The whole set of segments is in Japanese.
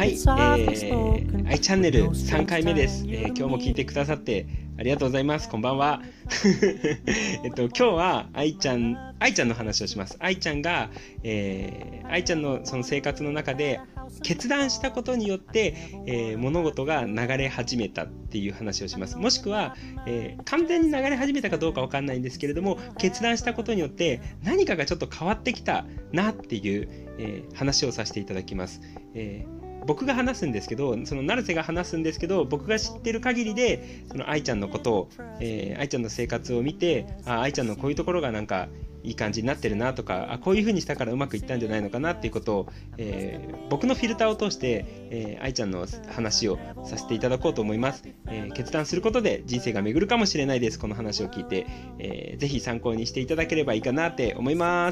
はい、i チャンネル3回目です。今日も聞いてくださってありがとうございます。こんばんは。今日は愛ちゃんの話をします。愛ちゃんが、愛ちゃんのその生活の中で決断したことによって、物事が流れ始めたっていう話をします。もしくは、完全に流れ始めたかどうかわかんないんですけれども、決断したことによって何かがちょっと変わってきたなっていう、話をさせていただきます。僕が話すんですけど、その成瀬が話すんですけど、僕が知ってる限りでその愛ちゃんのことを、愛ちゃんの生活を見て、愛ちゃんのこういうところがなんかいい感じになってるなとか、こういう風にしたからうまくいったんじゃないのかなっていうことを、僕のフィルターを通して、愛ちゃんの話をさせていただこうと思います。決断することで人生が巡るかもしれないです。この話を聞いて、ぜひ参考にしていただければいいかなって思います。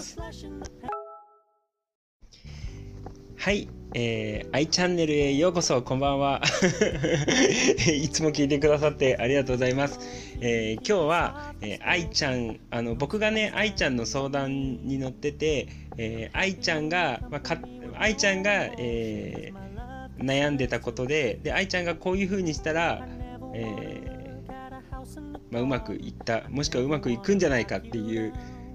はい、i チャンネルへようこそ。こんばんは。いつも聞いてくださってありがとうございます。今日は、愛ちゃん、僕がね愛ちゃんの相談に乗ってて、愛ちゃんが、悩んでたことで、愛ちゃんがこういう風にしたら、うまくいった、もしくはうまくいくんじゃないかっていう、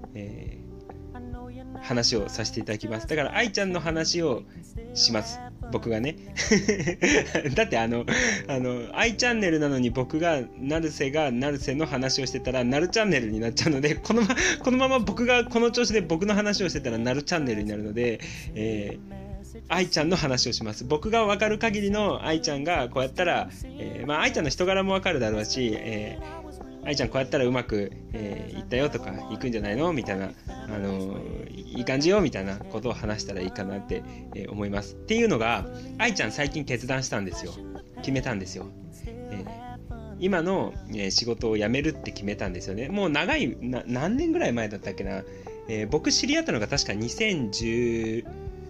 話をさせていただきます。だから愛ちゃんの話をします、僕がね。だって愛チャンネルなのに僕が成瀬の話をしてたらなるチャンネルになっちゃうので、このまま僕がこの調子で僕の話をしてたらなるチャンネルになるので、愛ちゃんの話をします。僕が分かる限りの愛ちゃんがこうやったら、愛ちゃんの人柄も分かるだろうし、愛ちゃんこうやったらうまく、いったよとかいくんじゃないのみたいな、いい感じよみたいなことを話したらいいかなって、思います。っていうのが、愛ちゃん最近決断したんですよ。決めたんですよ。今の、仕事を辞めるって決めたんですよね。もう何年ぐらい前だったっけな。僕知り合ったのが確か2017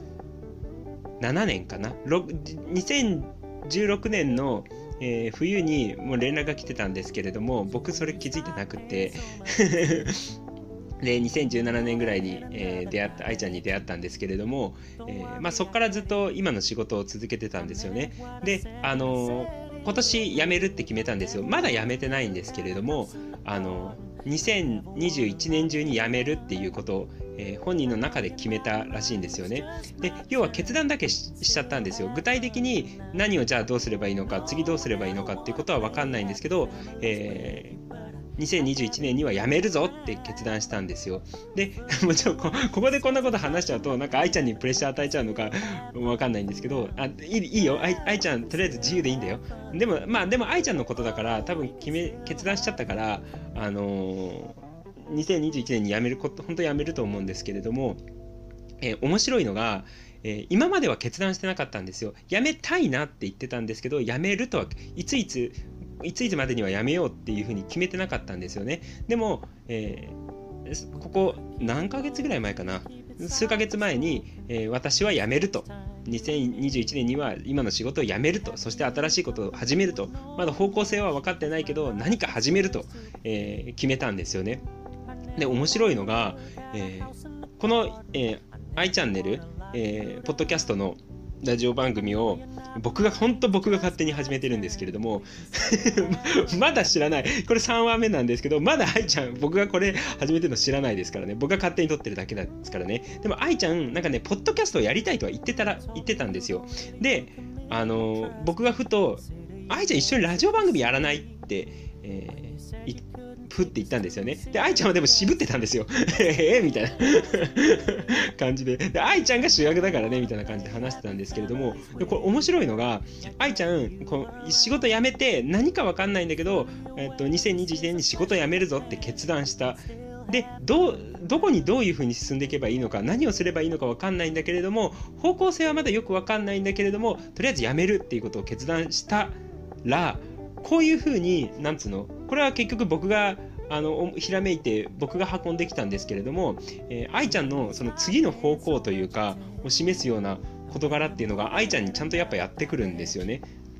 年かな。2016年の冬にもう連絡が来てたんですけれども、僕それ気づいてなくてで2017年ぐらいに、愛ちゃんに出会ったんですけれども、そこからずっと今の仕事を続けてたんですよね。で、今年辞めるって決めたんですよ。まだ辞めてないんですけれども、2021年中に辞めるっていうことを、本人の中で決めたらしいんですよね。で、要は決断だけ しちゃったんですよ。具体的に何をじゃあどうすればいいのか、次どうすればいいのかっていうことは分かんないんですけど、2021年には辞めるぞって決断したんですよ。で、もちろんここでこんなこと話しちゃうとなんか愛ちゃんにプレッシャー与えちゃうのか分かんないんですけど、いいよ、愛ちゃんとりあえず自由でいいんだよ。でも愛ちゃんのことだから多分決断しちゃったから、2021年に辞めること、本当に辞めると思うんですけれども、面白いのが、今までは決断してなかったんですよ。辞めたいなって言ってたんですけど、辞めるとはいついつまでには辞めようっていうふうに決めてなかったんですよね。でも、ここ何ヶ月ぐらい前かな、数ヶ月前に、私は辞めると、2021年には今の仕事を辞めると、そして新しいことを始めると、まだ方向性は分かってないけど何か始めると、決めたんですよね。で、面白いのが、この、i チャンネル、ポッドキャストのラジオ番組を僕が勝手に始めてるんですけれどもまだ知らない、これ3話目なんですけど、まだ愛ちゃん僕がこれ始めてるの知らないですからね。僕が勝手に撮ってるだけですからね。でも愛ちゃんなんかね、ポッドキャストをやりたいとは言ってたんですよ。で、僕がふと愛ちゃん一緒にラジオ番組やらないって、ふって言ったんですよね。で、愛ちゃんはでも渋ってたんですよ。みたいな感じで、愛ちゃんが主役だからねみたいな感じで話してたんですけれども、これ面白いのが、愛ちゃん仕事辞めて何か分かんないんだけど、2021年に仕事辞めるぞって決断した。で、どこにどういう風に進んでいけばいいのか、何をすればいいのか分かんないんだけれども、方向性はまだよく分かんないんだけれども、とりあえず辞めるっていうことを決断したら、こういう風にこれは結局僕がひらめいて僕が運んできたんですけれども、愛ちゃんのその次の方向というかを示すような事柄っていうのが愛ちゃんにちゃんとやっぱやってくるんですよね。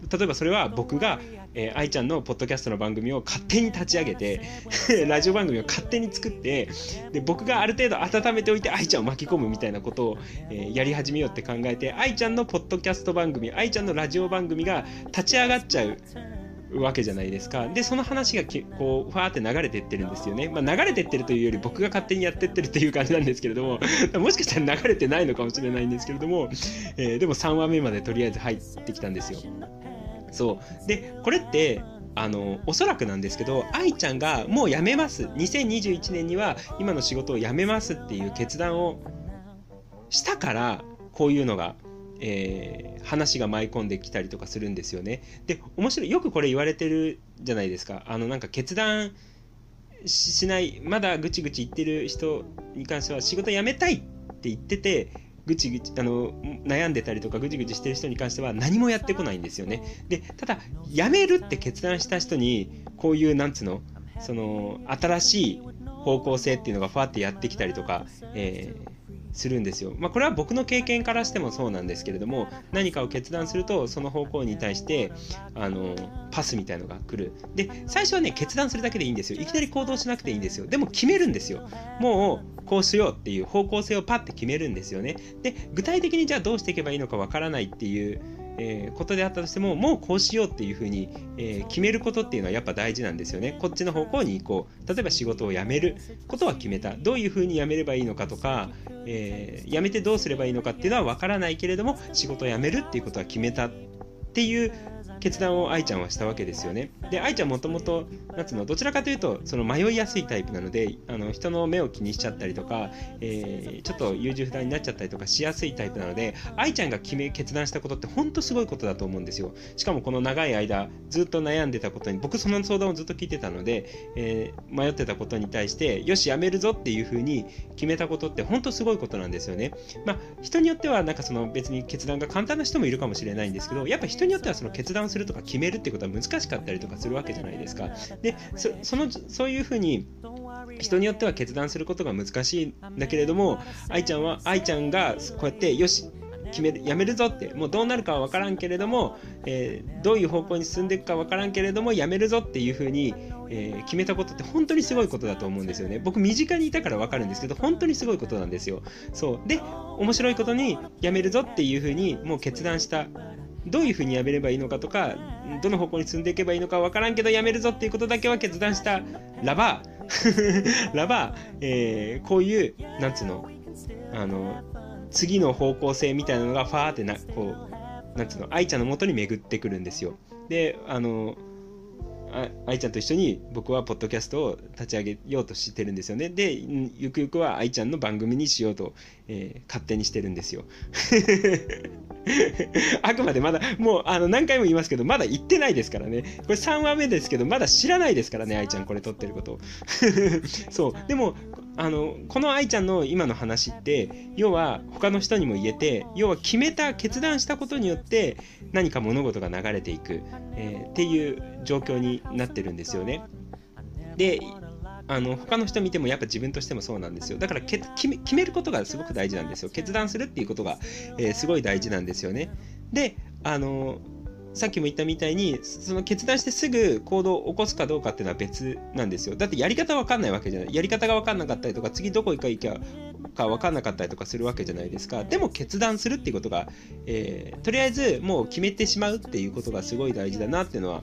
例えばそれは僕が愛ちゃんのポッドキャストの番組を勝手に立ち上げてラジオ番組を勝手に作って、で僕がある程度温めておいて愛ちゃんを巻き込むみたいなことを、やり始めようって考えて、愛ちゃんのポッドキャスト番組、愛ちゃんのラジオ番組が立ち上がっちゃうわけじゃないですか。でその話がこうファーって流れてってるんですよね。流れてってるというより僕が勝手にやってってるっていう感じなんですけれどももしかしたら流れてないのかもしれないんですけれども、でも3話目までとりあえず入ってきたんですよ。そうでこれっておそらくなんですけど、愛ちゃんがもう辞めます、2021年には今の仕事を辞めますっていう決断をしたから、こういうのが話が舞い込んできたりとかするんですよね。で面白い、よくこれ言われてるじゃないですか。なんか決断しない、まだぐちぐち言ってる人に関しては、仕事辞めたいって言っててぐちぐち悩んでたりとかぐちぐちしてる人に関しては何もやってこないんですよね。でただ辞めるって決断した人にこういうなんつうの、その新しい方向性っていうのがファーってやってきたりとか、するんですよ。これは僕の経験からしてもそうなんですけれども、何かを決断するとその方向に対してパスみたいのが来る。で最初はね、決断するだけでいいんですよ。いきなり行動しなくていいんですよ。でも決めるんですよ。もうこうしようっていう方向性をパッて決めるんですよね。で具体的にじゃあどうしていけばいいのかわからないっていうことであったとしても、もうこうしようっていうふうに、決めることっていうのはやっぱ大事なんですよね。こっちの方向に行こう。例えば仕事を辞めることは決めた。どういうふうに辞めればいいのかとか、辞めてどうすればいいのかっていうのはわからないけれども、仕事を辞めるっていうことは決めたっていう決断を愛ちゃんはしたわけですよね。で愛ちゃんもともとどちらかというとその迷いやすいタイプなので、人の目を気にしちゃったりとか、ちょっと優柔不断になっちゃったりとかしやすいタイプなので、愛ちゃんが決断したことって本当すごいことだと思うんですよ。しかもこの長い間ずっと悩んでたことに、僕その相談をずっと聞いてたので、迷ってたことに対してよしやめるぞっていうふうに決めたことって本当すごいことなんですよね。人によってはなんかその別に決断が簡単な人もいるかもしれないんですけど、やっぱ人によってはその決断するとか決めるってことは難しかったりとかするわけじゃないですか。でそういうふうに人によっては決断することが難しいんだけれども、愛ちゃんがこうやってよしやめるぞって、もうどうなるかは分からんけれども、どういう方向に進んでいくか分からんけれどもやめるぞっていうふうに、決めたことって本当にすごいことだと思うんですよね。僕身近にいたから分かるんですけど、本当にすごいことなんですよ。そうで面白いことにやめるぞっていうふうにもう決断した。どういうふうにやめればいいのかとか、どの方向に進んでいけばいいのか分からんけどやめるぞっていうことだけは決断したらばこういうなんつうの次の方向性みたいなのがファーってこうなんつうの愛ちゃんの元に巡ってくるんですよ。で愛ちゃんと一緒に僕はポッドキャストを立ち上げようとしてるんですよね。でゆくゆくは愛ちゃんの番組にしようと、勝手にしてるんですよあくまでまだもう何回も言いますけどまだ言ってないですからね。これ3話目ですけどまだ知らないですからね、愛ちゃんこれ撮ってることそうでもこの愛ちゃんの今の話って要は他の人にも言えて、要は決断したことによって何か物事が流れていく、っていう状況になってるんですよね。で他の人見てもやっぱ自分としてもそうなんですよ。だから決めることがすごく大事なんですよ。決断するっていうことが、すごい大事なんですよね。でさっきも言ったみたいにその決断してすぐ行動を起こすかどうかっていうのは別なんですよ。だってやり方わかんないわけじゃない。やり方がわかんなかったりとか次どこ行かわかんなかったりとかするわけじゃないですか。でも決断するっていうことが、とりあえずもう決めてしまうっていうことがすごい大事だなっていうのは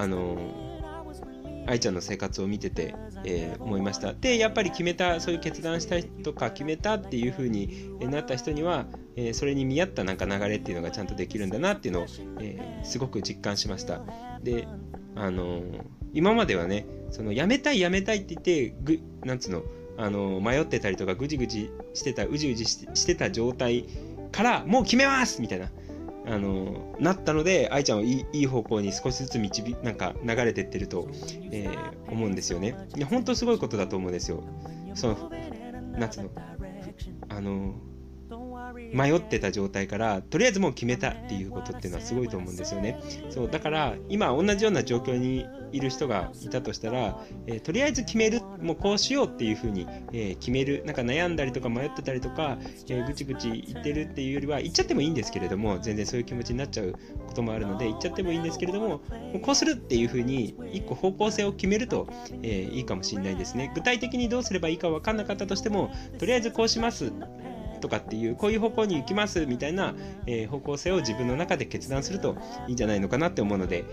愛ちゃんの生活を見てて、思いました。でやっぱりそういう決断した人とか決めたっていう風になった人には、それに見合ったなんか流れっていうのがちゃんとできるんだなっていうのを、すごく実感しました。で今まではねやめたいって言ってなんつうの迷ってたりとかぐじぐじしてたうじうじしてた状態からもう決めますみたいななったので、愛ちゃんはいい方向に少しずつなんか流れてってると、思うんですよね。いや本当すごいことだと思うんですよ。なんつうの迷ってた状態からとりあえずもう決めたっていうことっていうのはすごいと思うんですよね。そうだから今同じような状況にいる人がいたとしたら、とりあえず決める、もうこうしようっていうふうに、決める。なんか悩んだりとか迷ってたりとか、ぐちぐち言ってるっていうよりは言っちゃってもいいんですけれども、全然そういう気持ちになっちゃうこともあるので言っちゃってもいいんですけれども、もうこうするっていうふうに一個方向性を決めると、いいかもしれないですね。具体的にどうすればいいか分かんなかったとしても、とりあえずこうしますとかっていう、こういう方向に行きますみたいな、方向性を自分の中で決断するといいんじゃないのかなって思うので、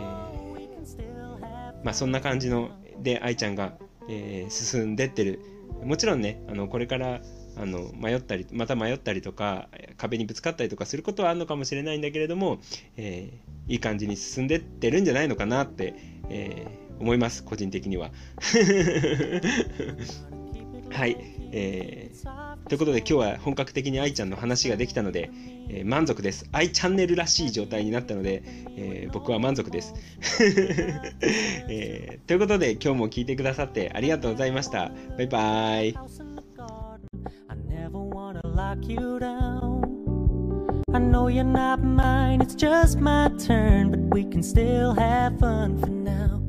そんな感じので愛ちゃんが、進んでってる。もちろんね、これからまた迷ったりとか壁にぶつかったりとかすることはあるのかもしれないんだけれども、いい感じに進んでってるんじゃないのかなって、思います、個人的には。はい、ということで今日は本格的に愛ちゃんの話ができたので、満足です。愛チャンネルらしい状態になったので、僕は満足です。ということで今日も聞いてくださってありがとうございました。バイバイ。I know you're not mine, it's just my turn, but we can still have fun for now.